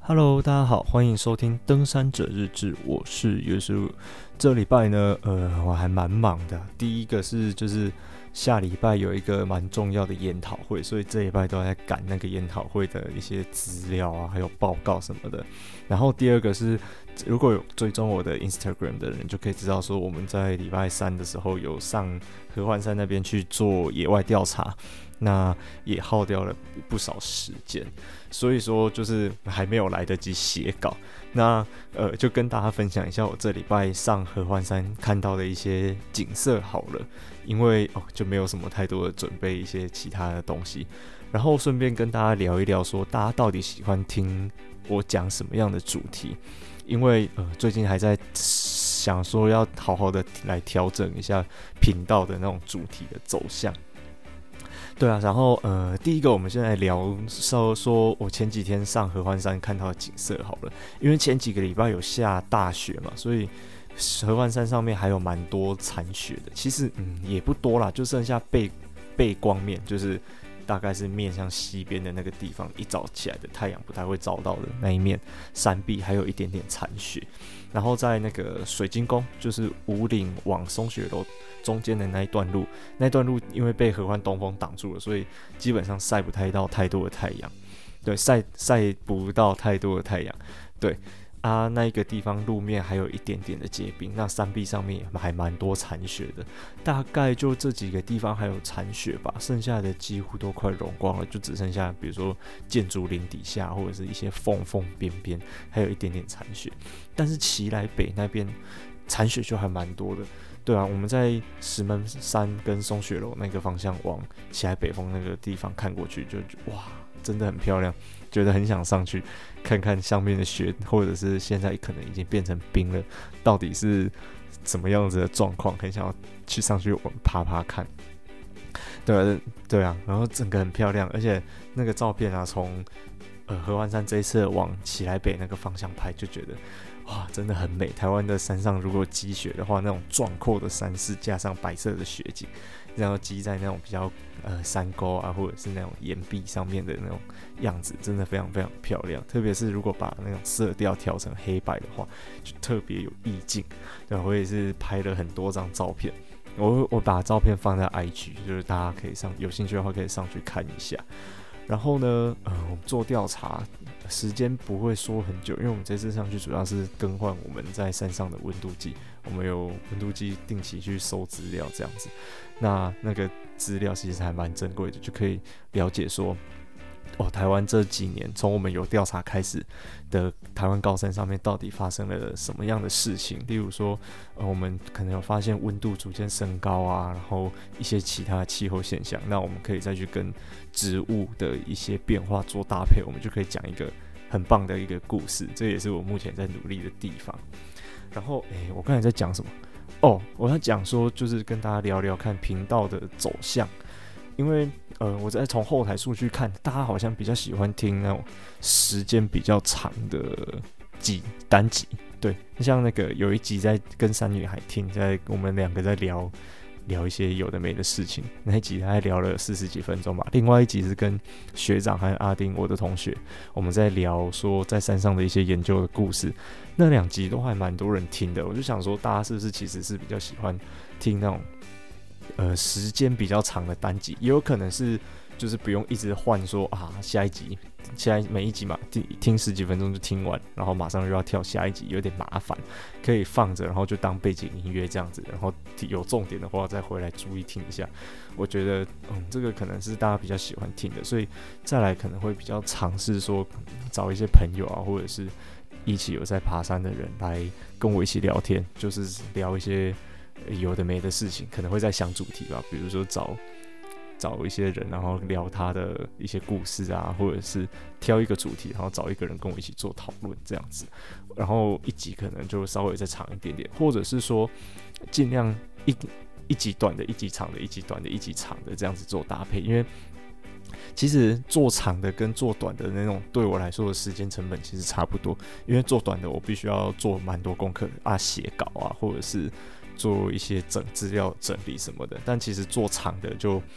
Hello，大家好，欢迎收听登山者日志，我是约叔。这礼拜呢，我还蛮忙的。第一个是就是下礼拜有一个蛮重要的研讨会，所以这礼拜都在赶那个研讨会的一些资料啊，还有报告什么的。然后第二个是，如果有追踪我的 Instagram 的人，就可以知道说我们在礼拜三的时候有上合欢山那边去做野外调查。那也耗掉了不少时间，所以说就是还没有来得及写稿。那就跟大家分享一下我这礼拜上合欢山看到的一些景色好了，因为就没有什么太多的准备一些其他的东西，然后顺便跟大家聊一聊说大家到底喜欢听我讲什么样的主题，因为最近还在想说要好好的来调整一下频道的那种主题的走向。对啊，然后第一个我们现在聊说我前几天上合欢山看到的景色好了，因为前几个礼拜有下大雪嘛，所以合欢山上面还有蛮多残雪的。其实也不多啦，就剩下背光面，就是大概是面向西边的那个地方，一早起来的太阳不太会照到的那一面山壁还有一点点残雪。然后在那个水晶宫，就是武岭往松雪楼中间的那一段路因为被合欢东风挡住了，所以基本上晒不到太多的太阳。对，晒不到太多的太阳。对啊，那一个地方路面还有一点点的结冰，那山壁上面也还蛮多残雪的，大概就这几个地方还有残雪吧，剩下的几乎都快融光了，就只剩下比如说建筑林底下或者是一些缝边边还有一点点残雪。但是奇来北那边残雪就还蛮多的。对啊，我们在石门山跟松雪楼那个方向往奇来北峰那个地方看过去，就哇，真的很漂亮，觉得很想上去看看上面的雪，或者是现在可能已经变成冰了，到底是怎么样子的状况，很想要去上去爬看。对啊，然后整个很漂亮，而且那个照片啊，从合欢山这一次往奇来北那个方向拍，就觉得哇，真的很美。台湾的山上如果积雪的话，那种壮阔的山势加上白色的雪景，然后积在那种比较山沟啊，或者是那种岩壁上面的那种样子，真的非常非常漂亮。特别是如果把那种色调调成黑白的话，就特别有意境。对，我也是拍了很多张照片，我把照片放在 IG， 就是大家可以有兴趣的话可以上去看一下。然后呢，我们做调查时间不会说很久，因为我们这次上去主要是更换我们在山上的温度计，我们有温度计定期去收资料这样子。那个资料其实还蛮珍贵的，就可以了解说，台湾这几年从我们有调查开始的台湾高山上面到底发生了什么样的事情？例如说，我们可能有发现温度逐渐升高啊，然后一些其他的气候现象，那我们可以再去跟植物的一些变化做搭配，我们就可以讲一个很棒的一个故事。这也是我目前在努力的地方。然后，我刚才在讲什么？我在讲说，就是跟大家聊聊看频道的走向。因为我在从后台数据看，大家好像比较喜欢听那种时间比较长的单集。对，像那个有一集在跟山女孩听，我们两个在聊一些有的没的事情，那一集大概聊了40几分钟吧。另外一集是跟学长和阿丁，我的同学，我们在聊说在山上的一些研究的故事。那2集都还蛮多人听的，我就想说，大家是不是其实是比较喜欢听那种时间比较长的单集，也有可能是就是不用一直换说啊下一集，现在每一集嘛听10几分钟就听完，然后马上又要跳下一集，有点麻烦，可以放着，然后就当背景音乐这样子，然后有重点的话再回来注意听一下。我觉得这个可能是大家比较喜欢听的，所以再来可能会比较尝试说找一些朋友啊，或者是一起有在爬山的人来跟我一起聊天，就是聊一些有的没的事情，可能会在想主题吧，比如说找一些人，然后聊他的一些故事啊，或者是挑一个主题，然后找一个人跟我一起做讨论这样子。然后一集可能就稍微再长一点点，或者是说尽量一集短的，一集长的，一集短的，一集长的这样子做搭配，因为其实做长的跟做短的那种对我来说的时间成本其实差不多，因为做短的我必须要做蛮多功课啊，写稿啊，或者是做一些资料整理什么的，但其实做长的就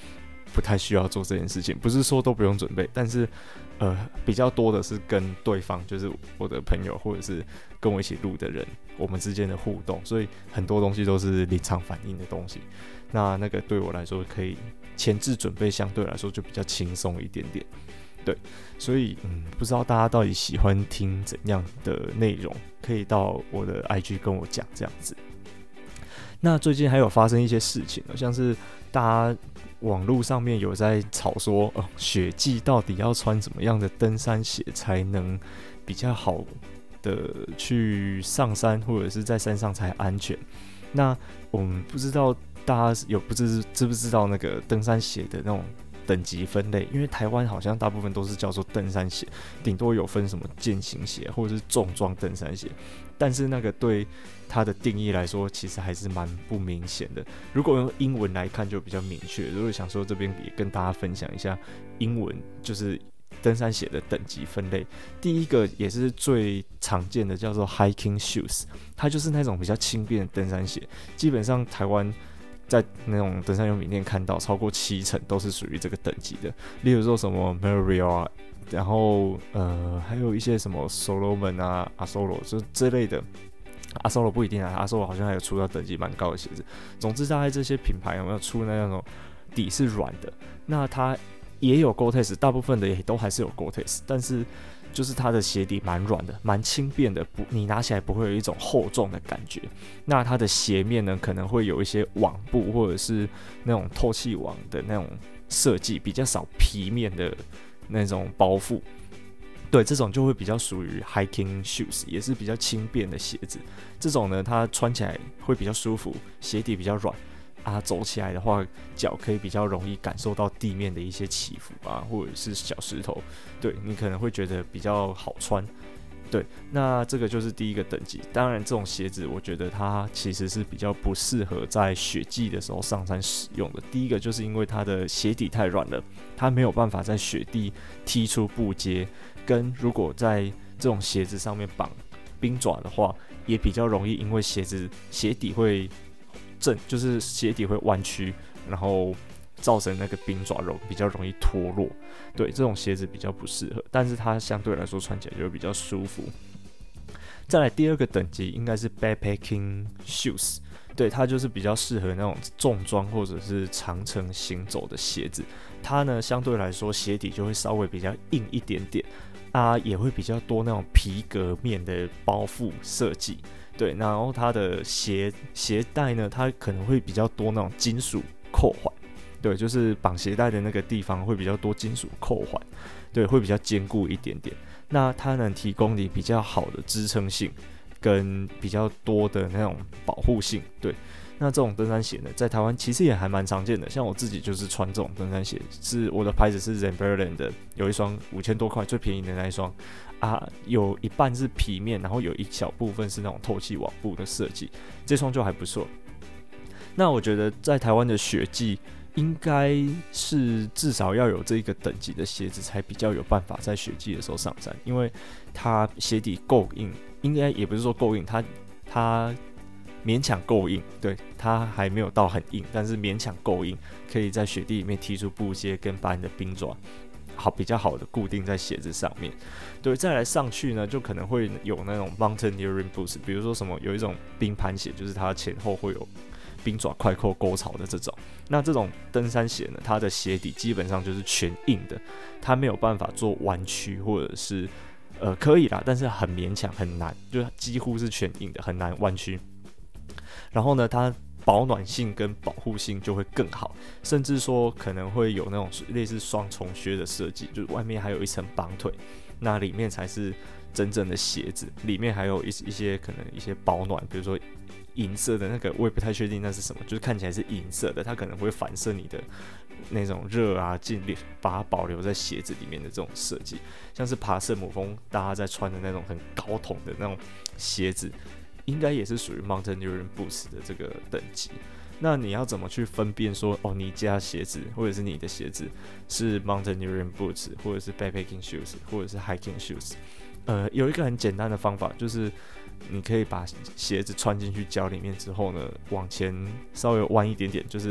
不太需要做这件事情，不是说都不用准备，但是比较多的是跟对方，就是我的朋友或者是跟我一起录的人，我们之间的互动，所以很多东西都是临场反应的东西。那个对我来说，可以前置准备，相对来说就比较轻松一点点。对，所以不知道大家到底喜欢听怎样的内容，可以到我的 IG 跟我讲这样子。那最近还有发生一些事情，像是大家网络上面有在吵说，雪季到底要穿什么样的登山鞋才能比较好的去上山，或者是在山上才安全。那我们不知道大家知不知道那个登山鞋的那种等级分类，因为台湾好像大部分都是叫做登山鞋，顶多有分什么健行鞋或者是重装登山鞋，但是那个对它的定义来说，其实还是蛮不明显的。如果用英文来看就比较明确。如果想说这边也跟大家分享一下英文，就是登山鞋的等级分类。第一个也是最常见的叫做 hiking shoes， 它就是那种比较轻便的登山鞋，基本上台湾在那种登山用品店看到超過70%都是属于这个等级的，例如说什么 Merrell 啊，然后还有一些什么 Salomon 啊、Asolo 就之类的。Asolo 不一定啊，Asolo 好像还有出到等级蛮高的鞋子。总之，大概这些品牌有没有出那种底是软的？那它也有 Gore-Tex， 大部分的也都还是有 Gore-Tex， 但是就是它的鞋底蛮软的，蛮轻便的，你拿起来不会有一种厚重的感觉。那它的鞋面呢，可能会有一些网布或者是那种透气网的那种设计，比较少皮面的那种包覆。对，这种就会比较属于 hiking shoes， 也是比较轻便的鞋子。这种呢，它穿起来会比较舒服，鞋底比较软啊，走起来的话，脚可以比较容易感受到地面的一些起伏啊，或者是小石头，对，你可能会觉得比较好穿。对，那这个就是第一个等级。当然，这种鞋子我觉得它其实是比较不适合在雪季的时候上山使用的。第一个就是因为它的鞋底太软了，它没有办法在雪地踢出步阶，跟如果在这种鞋子上面绑冰爪的话，也比较容易因为鞋底会就是鞋底会弯曲，然后造成那个冰爪比较容易脱落。对，这种鞋子比较不适合，但是它相对来说穿起来就会比较舒服。再来第二个等级应该是 backpacking shoes， 对，它就是比较适合那种重装或者是长程行走的鞋子。它呢相对来说鞋底就会稍微比较硬一点点啊，也会比较多那种皮革面的包覆设计。对，然后它的鞋带呢，它可能会比较多那种金属扣环。对，就是绑鞋带的那个地方会比较多金属扣环，对，会比较坚固一点点。那它能提供你比较好的支撑性，跟比较多的那种保护性。对，那这种登山鞋呢，在台湾其实也还蛮常见的。像我自己就是穿这种登山鞋，是我的牌子是 Zamberlan 的，有一双5000多块最便宜的那一双啊，有一半是皮面，然后有一小部分是那种透气网布的设计，这双就还不错。那我觉得在台湾的雪季，应该是至少要有这个等级的鞋子，才比较有办法在雪季的时候上山，因为它鞋底够硬，应该也不是说够硬，它勉强够硬，对，它还没有到很硬，但是勉强够硬，可以在雪地里面踢出步阶，跟把你的冰爪比较好的固定在鞋子上面。对，再来上去呢，就可能会有那种 mountaineering boots， 比如说什么有一种冰盘鞋，就是它前后会有冰爪快扣沟槽的这种。那这种登山鞋呢，它的鞋底基本上就是全硬的，它没有办法做弯曲，或者是可以啦，但是很勉强，很难，就几乎是全硬的，很难弯曲。然后呢，它保暖性跟保护性就会更好，甚至说可能会有那种类似双重靴的设计，就是外面还有一层绑腿，那里面才是真正的鞋子，里面还有一些可能一些保暖，比如说银色的那个，我也不太确定那是什么，就是看起来是银色的，它可能会反射你的那种热啊，尽力把它保留在鞋子里面的这种设计，像是爬圣母峰大家在穿的那种很高筒的那种鞋子，应该也是属于 Mountaineering Boots 的这个等级。那你要怎么去分辨说，你家鞋子或者是你的鞋子是 Mountaineering Boots， 或者是 Backpacking Shoes， 或者是 Hiking Shoes？有一个很简单的方法，就是你可以把鞋子穿进去脚里面之后呢，往前稍微弯一点点，就是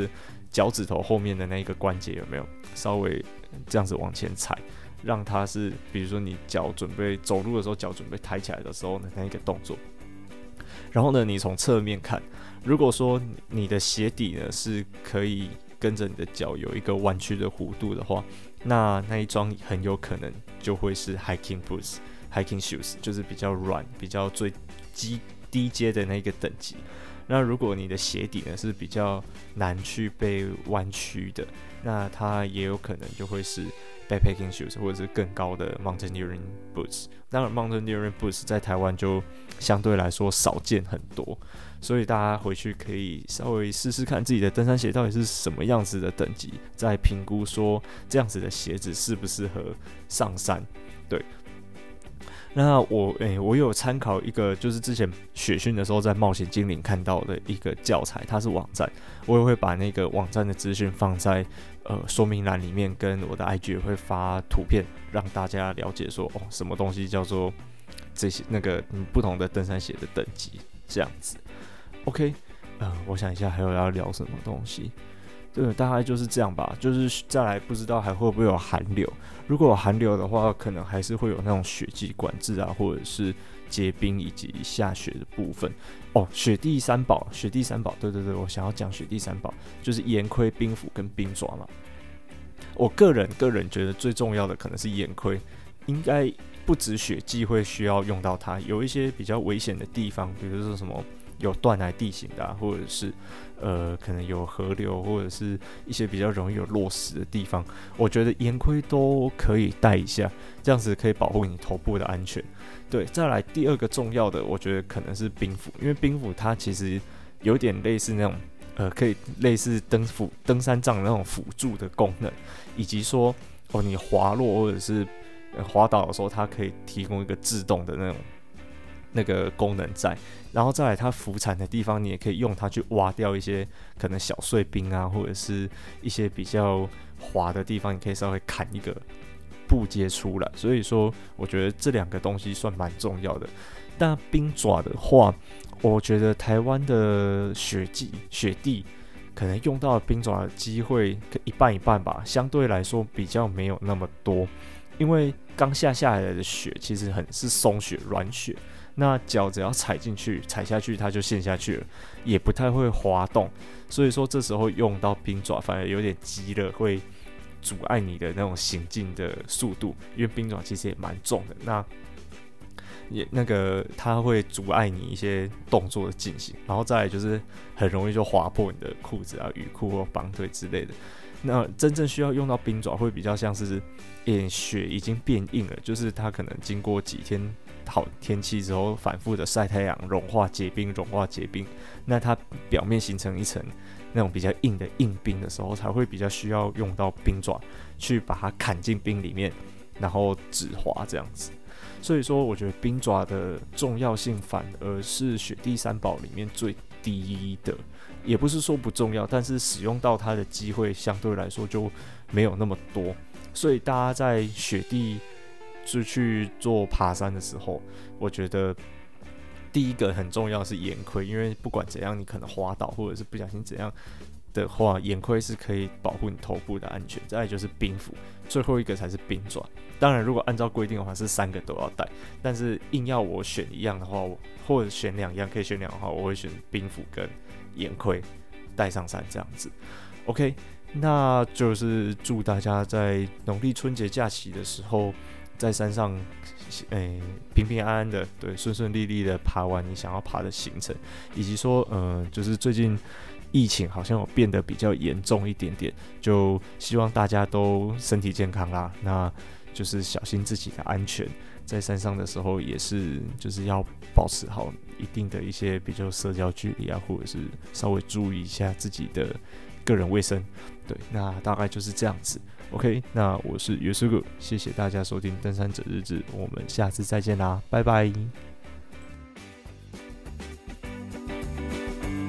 脚趾头后面的那个关节有没有稍微这样子往前踩，让它是比如说你脚准备走路的时候，脚准备抬起来的时候的那一个动作。然后呢，你从侧面看，如果说你的鞋底呢是可以跟着你的脚有一个弯曲的弧度的话，那一双很有可能就会是 hiking boots、hiking shoes， 就是比较软、比较最低阶的那个等级。那如果你的鞋底呢是比较难去被弯曲的，那它也有可能就会是 backpacking shoes 或者是更高的 mountaineering boots。当然 mountaineering boots 在台湾就相对来说少见很多，所以大家回去可以稍微试试看自己的登山鞋到底是什么样子的等级，再评估说这样子的鞋子适不适合上山。对。那我有参考一个，就是之前雪训的时候在冒险精灵看到的一个教材，它是网站，我也会把那个网站的资讯放在说明栏里面，跟我的 IG 也会发图片，让大家了解说什么东西叫做这些不同的登山鞋的等级这样子。OK， 我想一下还有要聊什么东西。对，大概就是这样吧。就是再来，不知道还会不会有寒流。如果有寒流的话，可能还是会有那种雪季管制啊，或者是结冰以及下雪的部分。雪地三宝，对，我想要讲雪地三宝，就是岩盔、冰斧跟冰爪嘛。我个人觉得最重要的可能是岩盔，应该不止雪季会需要用到它，有一些比较危险的地方，比如说什么有断崖地形的或者是可能有河流，或者是一些比较容易有落石的地方，我觉得岩盔都可以戴一下，这样子可以保护你头部的安全。对，再来第二个重要的，我觉得可能是冰斧，因为冰斧它其实有点类似那种可以类似登山杖的那种辅助的功能，以及说你滑落或者是滑倒的时候，它可以提供一个自动的那个功能在，然后再来它浮残的地方，你也可以用它去挖掉一些可能小碎冰啊，或者是一些比较滑的地方，你可以稍微砍一个布阶出来。所以说，我觉得这两个东西算蛮重要的。但冰爪的话，我觉得台湾的雪地可能用到的冰爪的机会一半一半吧，相对来说比较没有那么多，因为刚下来的雪其实是松雪、软雪。那脚只要踩下去它就陷下去了，也不太会滑动，所以说这时候用到冰爪反而有点急了，会阻碍你的那种行进的速度，因为冰爪其实也蛮重的，它会阻碍你一些动作的进行，然后再来就是很容易就划破你的裤子啊、雨裤或绑腿之类的。那真正需要用到冰爪会比较像是雪已经变硬了，就是它可能经过几天好天气之后反复的晒太阳，融化结冰，那它表面形成一层那种比较硬的硬冰的时候，才会比较需要用到冰爪去把它砍进冰里面，然后止滑这样子。所以说我觉得冰爪的重要性反而是雪地三宝里面最低的，也不是说不重要，但是使用到它的机会相对来说就没有那么多。所以大家在雪地就去做爬山的时候，我觉得第一个很重要是岩盔，因为不管怎样你可能滑倒或者是不小心怎样的话，岩盔是可以保护你头部的安全。再来就是冰斧，最后一个才是冰爪。当然如果按照规定的话是3个都要带，但是硬要我选一样的话，或者选2样，可以选2的话，我会选冰斧跟岩盔带上山这样子。 OK， 那就是祝大家在农历春节假期的时候在山上平平安安的，对，顺顺利利的爬完你想要爬的行程，以及说就是最近疫情好像有变得比较严重一点点，就希望大家都身体健康啦，那就是小心自己的安全，在山上的时候也是就是要保持好一定的一些比较社交距离啊，或者是稍微注意一下自己的个人卫生。对，那大概就是这样子。OK， 那我是约书哥，谢谢大家收听登山者日志，我们下次再见啦，拜拜。